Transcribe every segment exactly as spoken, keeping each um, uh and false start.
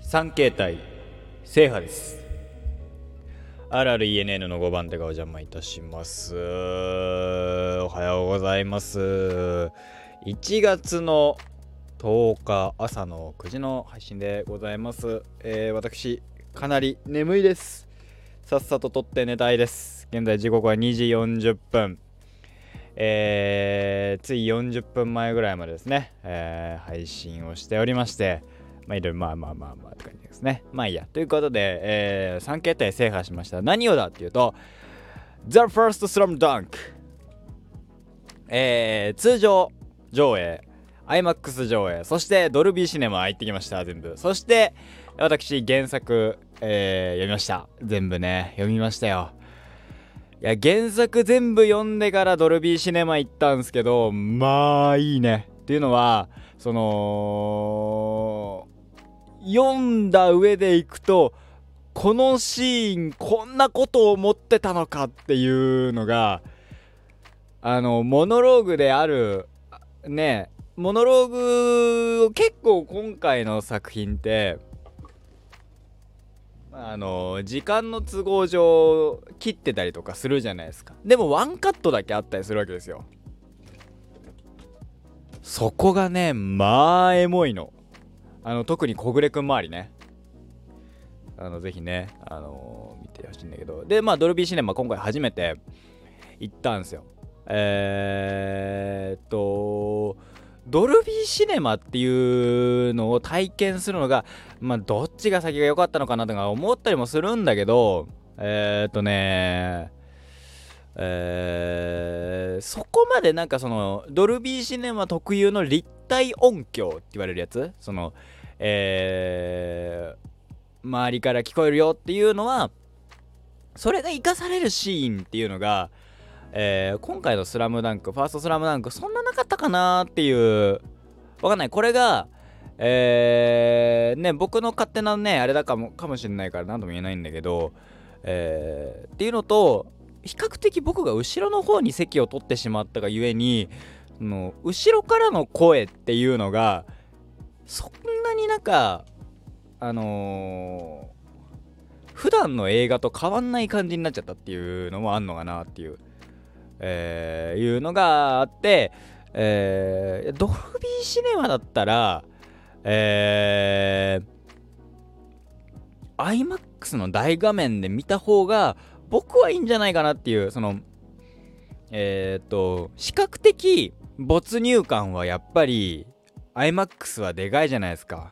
三形態制覇です。 アールアールイーエヌエヌ のごばん手がお邪魔いたします。おはようございます。いちがつのとおか朝のくじの配信でございます。えー、私かなり眠いです。さっさと撮って寝たいです。現在時刻はにじよんじゅっぷん。えー、ついよんじゅっぷんまえぐらいまでですね、えー、配信をしておりまして、まあいろいろまあまあまあまあって感じですね。まあいいやということで、えー、さん形態制覇しました。何をだっていうと The First Slam Dunk、えー、通常上映、 アイマックス 上映、そしてドルビーシネマ行ってきました。全部。そして私原作、えー、読みました。全部ね読みましたよ。いや原作全部読んでからドルビーシネマ行ったんですけど、まあいいねっていうのは、その読んだ上で行くと、このシーンこんなことを思ってたのかっていうのが、あのモノローグであるね、モノローグを結構今回の作品ってあの時間の都合上切ってたりとかするじゃないですか。でもワンカットだけあったりするわけですよ。そこがねまあエモいの。あの特に小暮くん周りね、あのぜひねあのー、見てほしいんだけど、でまあドルビーシネマ今回初めて行ったんですよ。えー、っとドルビーシネマっていうのを体験するのが、まあどっちが先が良かったのかなとか思ったりもするんだけど、えー、っとねえー、そこまでなんかそのドルビーシネマ特有の立体音響って言われるやつ、そのえー、周りから聞こえるよっていうのは、それが活かされるシーンっていうのが、えー、今回のスラムダンク、ファーストスラムダンクそんななかったかなっていう、わかんない。これがえー、ね僕の勝手なねあれだかもかもしれないから何とも言えないんだけど、えー、っていうのと比較的僕が後ろの方に席を取ってしまったがゆえに、その後ろからの声っていうのがそんなになんかあのー、普段の映画と変わんない感じになっちゃったっていうのもあんのかなっていう、えー、いうのがあって、えー、ドルビーシネマだったらえー、アイマックス の大画面で見た方が僕はいいんじゃないかなっていう、そのえー、っと視覚的没入感はやっぱり アイマックス はでかいじゃないですか。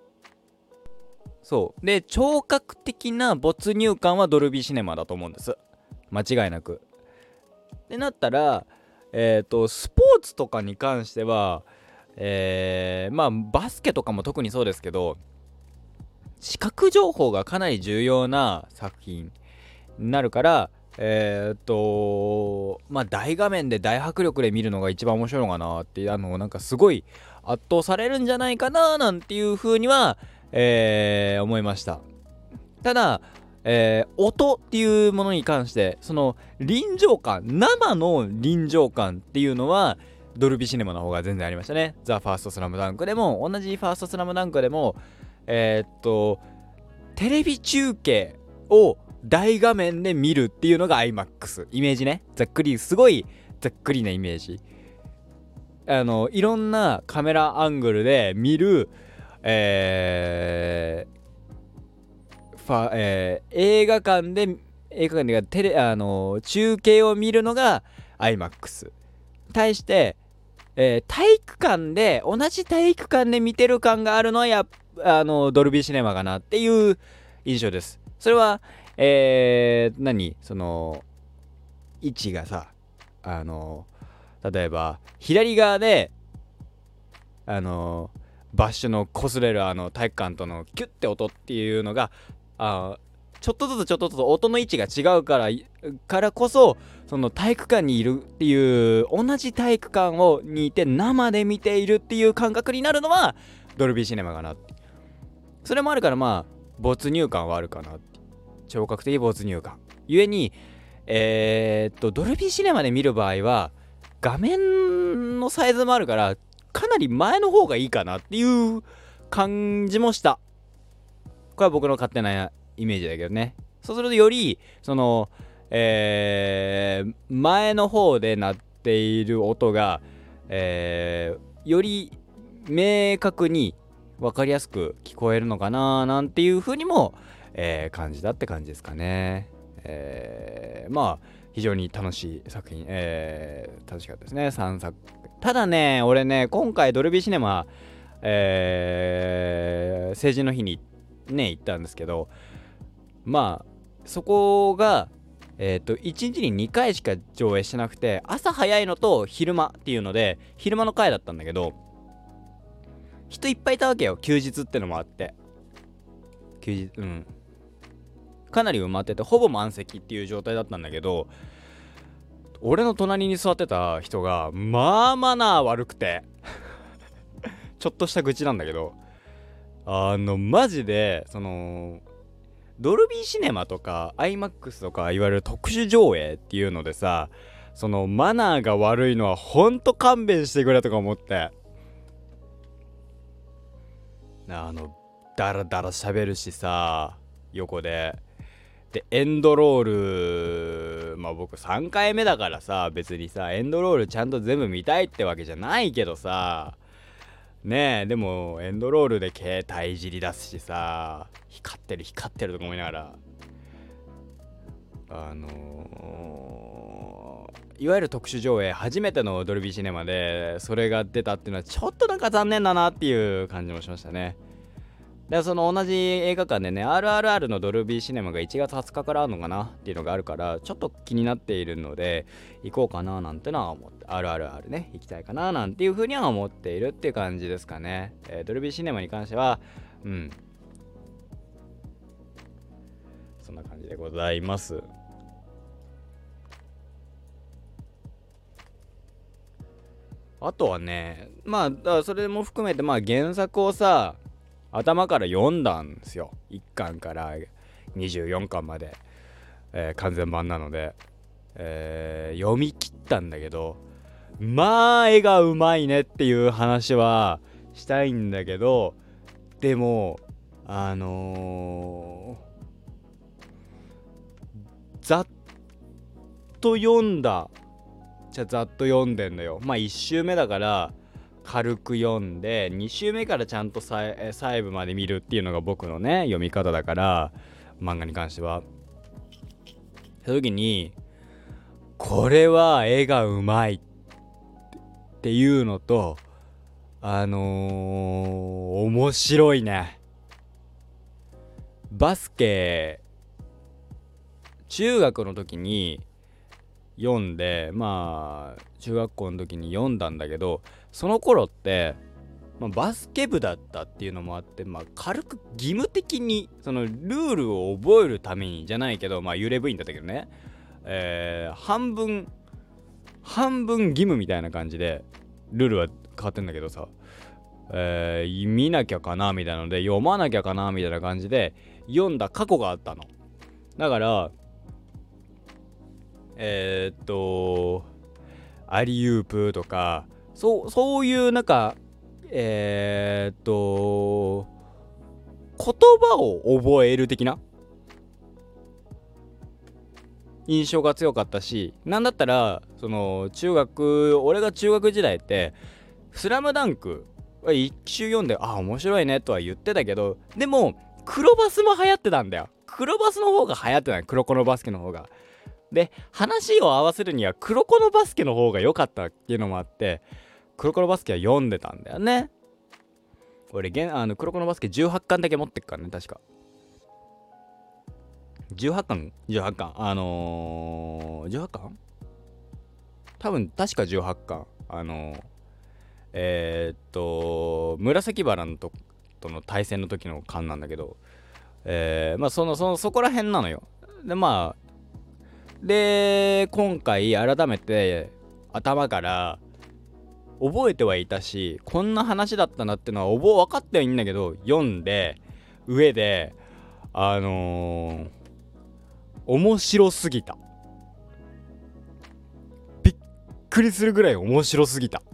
そうで聴覚的な没入感はドルビーシネマだと思うんです、間違いなく。ってなったらえー、っとスポーツとかに関してはえー、まあバスケとかも特にそうですけど、視覚情報がかなり重要な作品になるから、えー、っとまあ大画面で大迫力で見るのが一番面白いのかなって、あのなんかすごい圧倒されるんじゃないかななんていう風には、えー、思いました。ただ、えー、音っていうものに関して、その臨場感、生の臨場感っていうのはドルビーシネマの方が全然ありましたね。ザ・ファーストスラムダンクでも、同じファーストスラムダンクでもえー、っとテレビ中継を大画面で見るっていうのが アイマックス イメージね。ざっくり、すごいざっくりなイメージ。あのいろんなカメラアングルで見る、えーファえー、映画館で映画館でテレあの中継を見るのが アイマックス。対してえー、体育館で同じ体育館で見てる感があるのはやあのドルビーシネマかなっていう印象です。それはえー、何その位置がさ、あの例えば左側であのバッシュの擦れるあの体育館とのキュッて音っていうのがあちょっとずつちょっとずつ音の位置が違うからからこそ、その体育館にいるっていう同じ体育館をにいて生で見ているっていう感覚になるのはドルビーシネマかなって。それもあるからまあ没入感はあるかなって、聴覚的没入感ゆえにえー、っとドルビーシネマで見る場合は画面のサイズもあるからかなり前の方がいいかなっていう感じもした。 これは僕の勝手なイメージだけどね。そうするとよりそのえー、前の方で鳴っている音が、えー、より明確に分かりやすく聞こえるのかななんていう風にも、えー、感じたって感じですかね。えー、まあ非常に楽しい作品、えー、楽しかったですね。さんさく。ただね、俺ね、今回ドルビーシネマ、えー、成人の日にね行ったんですけど、まあそこがえー、といちにちににかいしか上映してなくて、朝早いのと昼間っていうので昼間の回だったんだけど、人いっぱいいたわけよ。休日ってのもあって、休日うんかなり埋まっててほぼ満席っていう状態だったんだけど、俺の隣に座ってた人がまあマナー悪くてちょっとした愚痴なんだけど、あのマジでそのドルビーシネマとか アイマックス とかいわゆる特殊上映っていうのでさ、そのマナーが悪いのはほんと勘弁してくれとか思って、あのダラダラ喋るしさ、横ででエンドロール、まあ僕さんかいめだからさ、別にさエンドロールちゃんと全部見たいってわけじゃないけどさねえ、でもエンドロールで携帯いじり出すしさ、光ってる光ってるとか思いながら、あのー、いわゆる特殊上映初めてのドルビーシネマでそれが出たっていうのはちょっとなんか残念だなっていう感じもしましたね。でその同じ映画館でね アールアールアール のドルビーシネマがいちがつはつかからあるのかなっていうのがあるから、ちょっと気になっているので行こうかななんてのは思って、 アールアールアール ね行きたいかななんていうふうには思っているっていう感じですかね。えー、ドルビーシネマに関してはうんそんな感じでございます。あとはね、まあだからそれも含めてまあ原作をさ頭から読んだんですよ。いっかんからにじゅうよんかんまで、えー、完全版なので、えー、読み切ったんだけど、まあ絵がうまいねっていう話はしたいんだけど、でもあのー、ざっと読んだじゃざっと読んでんのよ。まあいち周目だから軽く読んで、に周目からちゃんと細部まで見るっていうのが僕のね読み方だから、漫画に関してはその時にこれは絵がうまいっていうのと、あのー、面白いね。バスケ中学の時に読んで、まあ中学校の時に読んだんだけど、その頃って、まあ、バスケ部だったっていうのもあって、まあ、軽く義務的にそのルールを覚えるためにじゃないけど、まあ幽霊部員だったけどね、えー、半分半分義務みたいな感じでルールは変わってんだけどさ、えー、見なきゃかなみたいなので読まなきゃかなみたいな感じで読んだ過去があったの。だからえー、っとアリウープとかそうそういうなんかえー、っと言葉を覚える的な印象が強かったし、なんだったらその中学俺が中学時代ってスラムダンク一周読んであ面白いねとは言ってたけど、でも黒バスも流行ってたんだよ。黒バスの方が流行ってない、黒子のバスケの方が。で話を合わせるには黒子のバスケの方が良かったっていうのもあって、黒子のバスケは読んでたんだよね。俺現あの黒子のバスケじゅうはちかんだけ持ってっからね、確かじゅうはちかんじゅうはちかんあのー、じゅうはちかん多分確かじゅうはちかんあのー、えー、っと紫原のととの対戦の時の巻なんだけど、えー、まあそのそのそこら辺なのよ。でまあで今回改めて頭から覚えてはいたし、こんな話だったなってのは覚え分かってはいいんだけど、読んで上であのー、面白すぎた。びっくりするぐらい面白すぎた。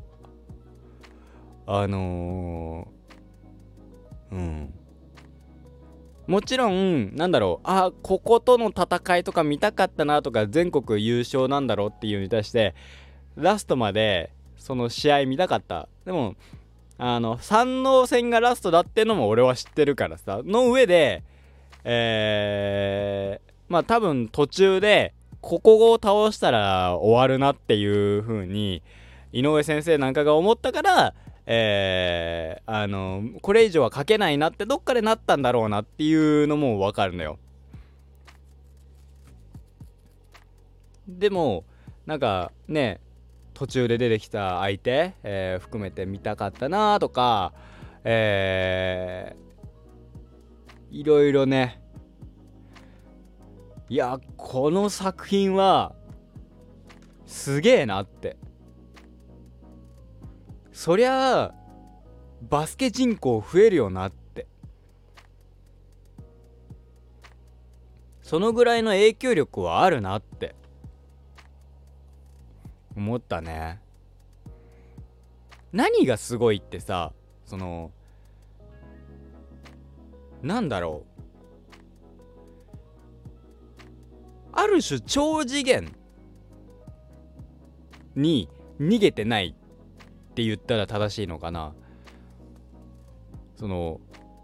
あのー、うんもちろんなんだろう、あこことの戦いとか見たかったなとか、全国優勝なんだろうっていうのに対してラストまでその試合見たかった。でもあの三能戦がラストだってのも俺は知ってるからさ、の上でえー、まあ多分途中でここを倒したら終わるなっていう風に井上先生なんかが思ったから、えー、あのこれ以上は書けないなってどっかでなったんだろうなっていうのも分かるのよ。でもなんかね、途中で出てきた相手、えー、含めて見たかったなとか、えー、いろいろね、いやこの作品はすげえなって。そりゃあバスケ人口増えるよなって、そのぐらいの影響力はあるなって思ったね。何がすごいってさ、そのなんだろう、ある種超次元に逃げてないって言ったら正しいのかな。その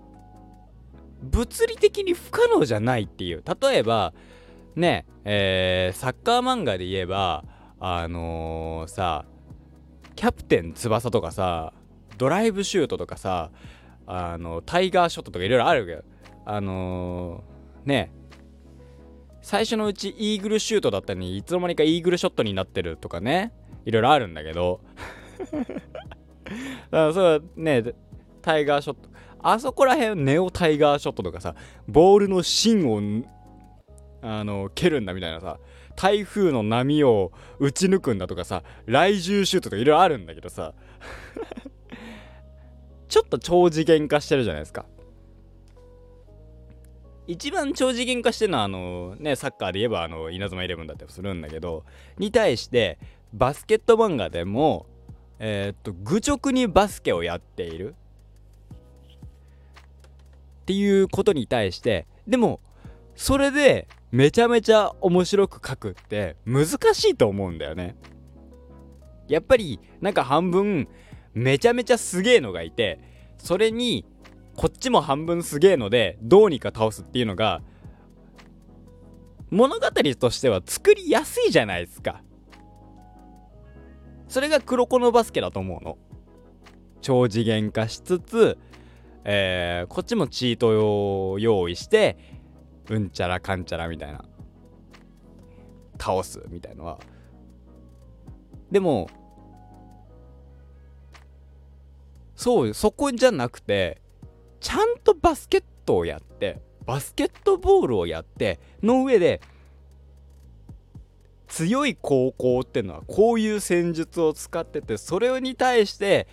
物理的に不可能じゃないっていう。例えばね、えー、サッカー漫画で言えばあのー、さキャプテン翼とかさ、ドライブシュートとかさ、あのタイガーショットとかいろいろあるけど、あのー、ね最初のうちイーグルシュートだったのにいつの間にかイーグルショットになってるとかね、いろいろあるんだけどだからそれはね、タイガーショット、あそこら辺ネオタイガーショットとかさ、ボールの芯をあの蹴るんだみたいなさ、台風の波を打ち抜くんだとかさ、雷獣シュートとかいろいろあるんだけどさちょっと超次元化してるじゃないですか。一番超次元化してるのはあのね、サッカーで言えばあの稲妻イレブンだったりするんだけど、に対してバスケット漫画でもえー、っと愚直にバスケをやっているっていうことに対して、でもそれでめちゃめちゃ面白く書くって難しいと思うんだよね。やっぱりなんか半分めちゃめちゃすげえのがいて、それにこっちも半分すげえのでどうにか倒すっていうのが物語としては作りやすいじゃないですか。それが黒子のバスケだと思うの。超次元化しつつ、えー、こっちもチートを用意してうんちゃらかんちゃらみたいな倒すみたいのは、でもそうそこじゃなくて、ちゃんとバスケットをやってバスケットボールをやっての上で、強い高校ってのはこういう戦術を使ってて、それに対して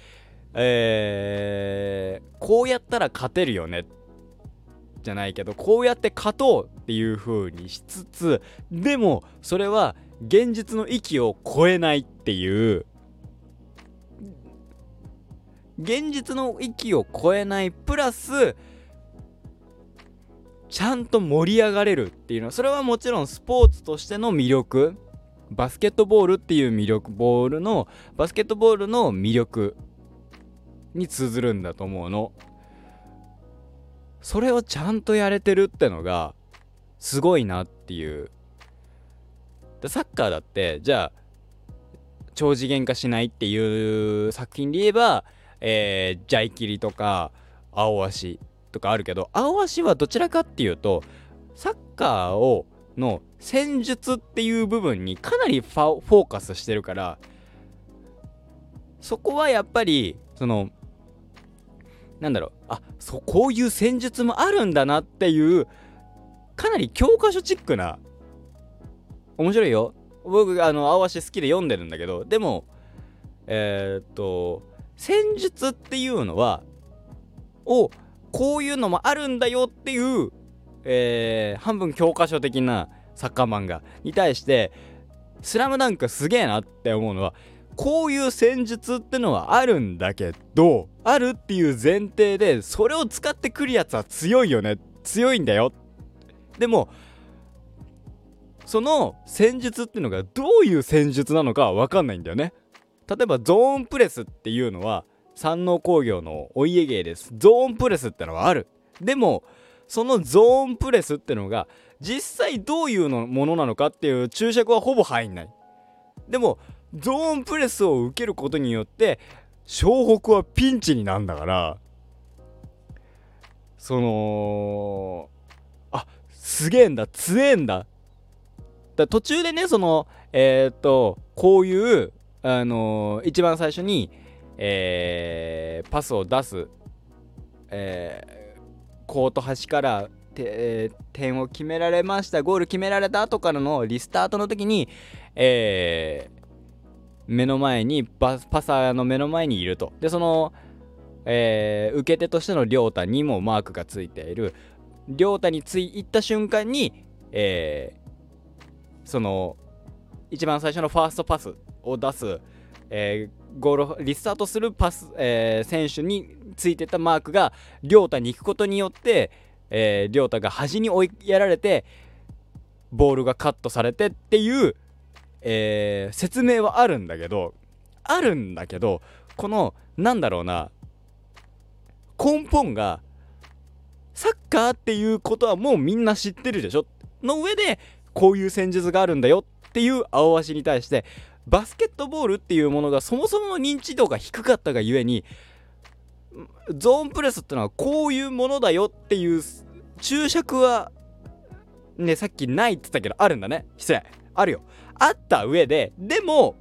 えー、こうやったら勝てるよねじゃないけど、こうやって勝とうっていう風にしつつ、でもそれは現実の域を超えないっていう、現実の域を超えないプラスちゃんと盛り上がれるっていうのは、それはもちろんスポーツとしての魅力、バスケットボールっていう魅力、ボールのバスケットボールの魅力に通ずるんだと思うの。それをちゃんとやれてるってのがすごいなっていう。でサッカーだってじゃあ超次元化しないっていう作品で言えば、えー、ジャイキリとか青足とかあるけど、青足はどちらかっていうとサッカーをの戦術っていう部分にかなりファフォーカスしてるから、そこはやっぱりそのなんだろう、あそうこういう戦術もあるんだなっていうかなり教科書チックな、面白いよ、僕あの青足好きで読んでるんだけど、でもえー、っと戦術っていうのはをこういうのもあるんだよっていう、えー、半分教科書的なサッカー漫画に対してスラムダンクすげえなって思うのは、こういう戦術ってのはあるんだけど、あるっていう前提でそれを使ってくるやつは強いよねっ強いんだよ。でもその戦術っていうのがどういう戦術なのか分かんないんだよね。例えばゾーンプレスっていうのは山王工業のお家芸です。ゾーンプレスってのはある。でもそのゾーンプレスってのが実際どういうのものなのかっていう注釈はほぼ入んない。でもゾーンプレスを受けることによって湘北はピンチになるんだから、そのあすげえんだ強えんだ。だ途中でねそのえー、っとこういうあのー、一番最初に、えー、パスを出す、えー、コート端からて、えー、点を決められました、ゴール決められた後からのリスタートの時に、えー、目の前にパサーの目の前にいると。でその、えー、受け手としての亮太にもマークがついている。亮太につい行った瞬間に、えーその一番最初のファーストパスを出す、えー、ゴールリスタートするパス、えー、選手についてたマークが亮太に行くことによって、えー、亮太が端に追いやられてボールがカットされてっていう、えー、説明はあるんだけどあるんだけどこのなんだろうな根本がサッカーっていうことはもうみんな知ってるでしょの上でこういう戦術があるんだよっていう青足に対してバスケットボールっていうものがそもそもの認知度が低かったがゆえにゾーンプレスってのはこういうものだよっていう注釈はねさっきないって言ったけどあるんだね。失礼あるよ。あった上ででも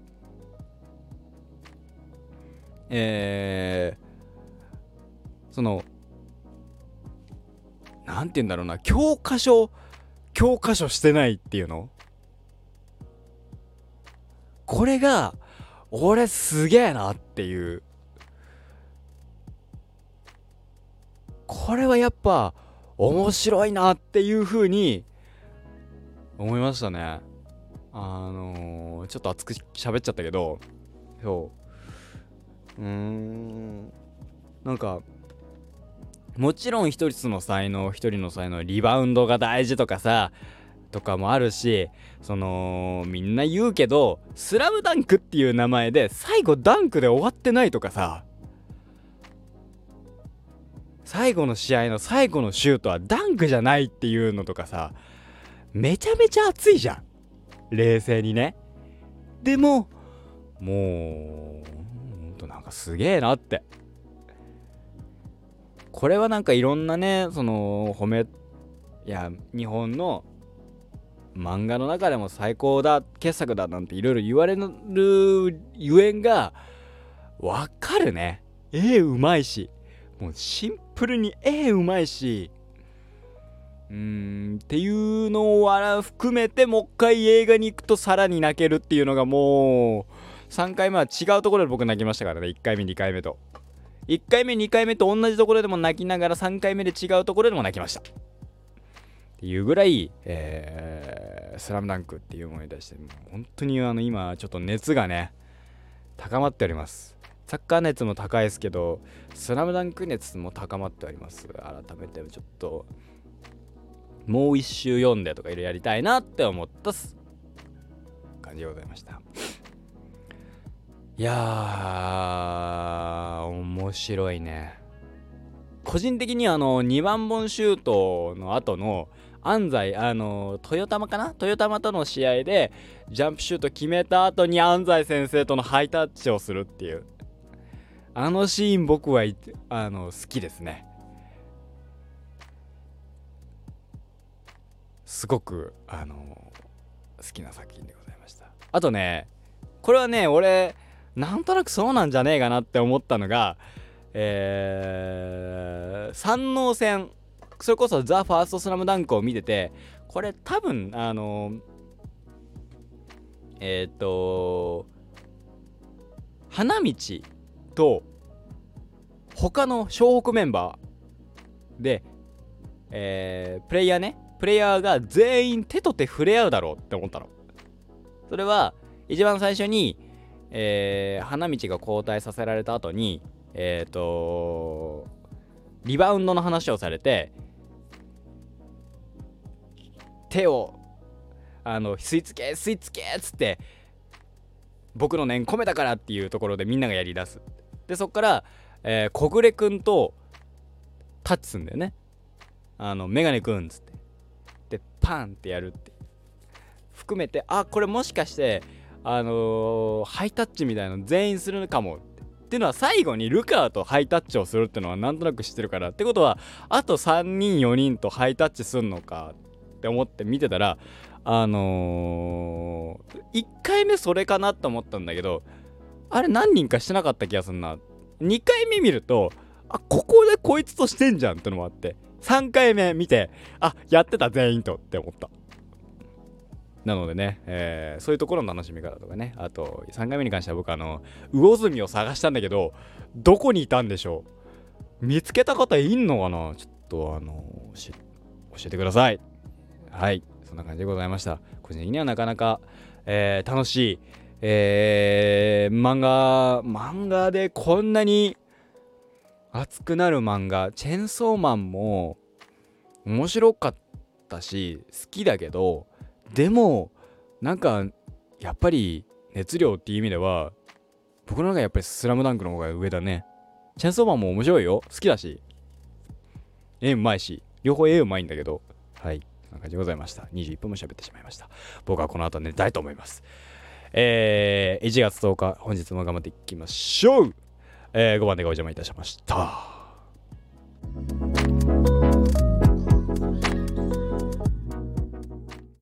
えー、そのなんて言うんだろうな教科書教科書してないっていうのこれが俺すげえなっていう。これはやっぱ面白いなっていう風に思いましたね。あのー、ちょっと熱く喋っちゃったけどそううーんなんかもちろん一つの才能一人の才能リバウンドが大事とかさとかもあるし、そのみんな言うけどスラムダンクっていう名前で最後ダンクで終わってないとかさ、最後の試合の最後のシュートはダンクじゃないっていうのとかさ、めちゃめちゃ熱いじゃん冷静にね。でももうほんとなんかすげえなって。これはなんかいろんなねその褒めいや日本の漫画の中でも最高だ傑作だなんていろいろ言われるゆえんがわかるね。絵うまいしもうシンプルに絵うまいしうーんっていうのを含めてもう一回映画に行くとさらに泣けるっていうのがもうさんかいめは違うところで僕泣きましたからね。いっかいめにかいめといっかいめにかいめと同じところでも泣きながらさんかいめで違うところでも泣きましたっていうぐらい、えー、スラムダンクっていうものに対して本当にあの今ちょっと熱がね高まっております。サッカー熱も高いですけどスラムダンク熱も高まっております。改めてちょっともう一周読んでとかいろいろやりたいなって思った感じでございました。いやー面白いね。個人的にあのにばんぼんシュートの後の安西あの豊玉かな豊玉との試合でジャンプシュート決めた後に安西先生とのハイタッチをするっていうあのシーン僕はあの好きですね。すごくあの好きな作品でございました。あとねこれはね俺なんとなくそうなんじゃねえかなって思ったのがえー、山王戦それこそザ・ファーストスラムダンクを見ててこれ多分あのえっ、ー、と花道と他の湘北メンバーで、えー、プレイヤーねプレイヤーが全員手と手触れ合うだろうって思ったの。それは一番最初に、えー、花道が交代させられた後にえっ、ー、とリバウンドの話をされて手をあの吸い付け吸い付けっつって僕の念込めたからっていうところでみんながやり出す。でそっから、えー、小暮くんとタッチすんだよね。あのメガネくんっつってでパンってやるって含めて、あこれもしかしてあのー、ハイタッチみたいなの全員するかもっていうのは、最後にルカーとハイタッチをするってのはなんとなく知ってるから、ってことはあとさんにんよにんとハイタッチすんのかって思って見てたら、あのー、いっかいめそれかなと思ったんだけど、あれ何人かしてなかった気がすんな。にかいめ見ると、あここでこいつとしてんじゃんってのもあって、さんかいめ見て、あやってた全員とって思った。なのでね、えー、そういうところの楽しみ方とかね。あとさんかいめに関しては僕あの魚住を探したんだけど、どこにいたんでしょう。見つけた方いんのかな。ちょっとあの教えてください。はい、そんな感じでございました。個人的にはなかなか、えー、楽しい、えー、漫画漫画でこんなに熱くなる漫画、チェンソーマンも面白かったし好きだけど、でもなんかやっぱり熱量っていう意味では僕の中でやっぱりスラムダンクの方が上だね。チェンソーマンも面白いよ、好きだし絵うまいし、両方絵うまいんだけど、はい、そんな感じでございました。にじゅういっぷんも喋ってしまいました。僕はこの後寝たいと思います。えー、いちがつとおか本日も頑張っていきましょう。えー、ごばんでご邪魔いたしました。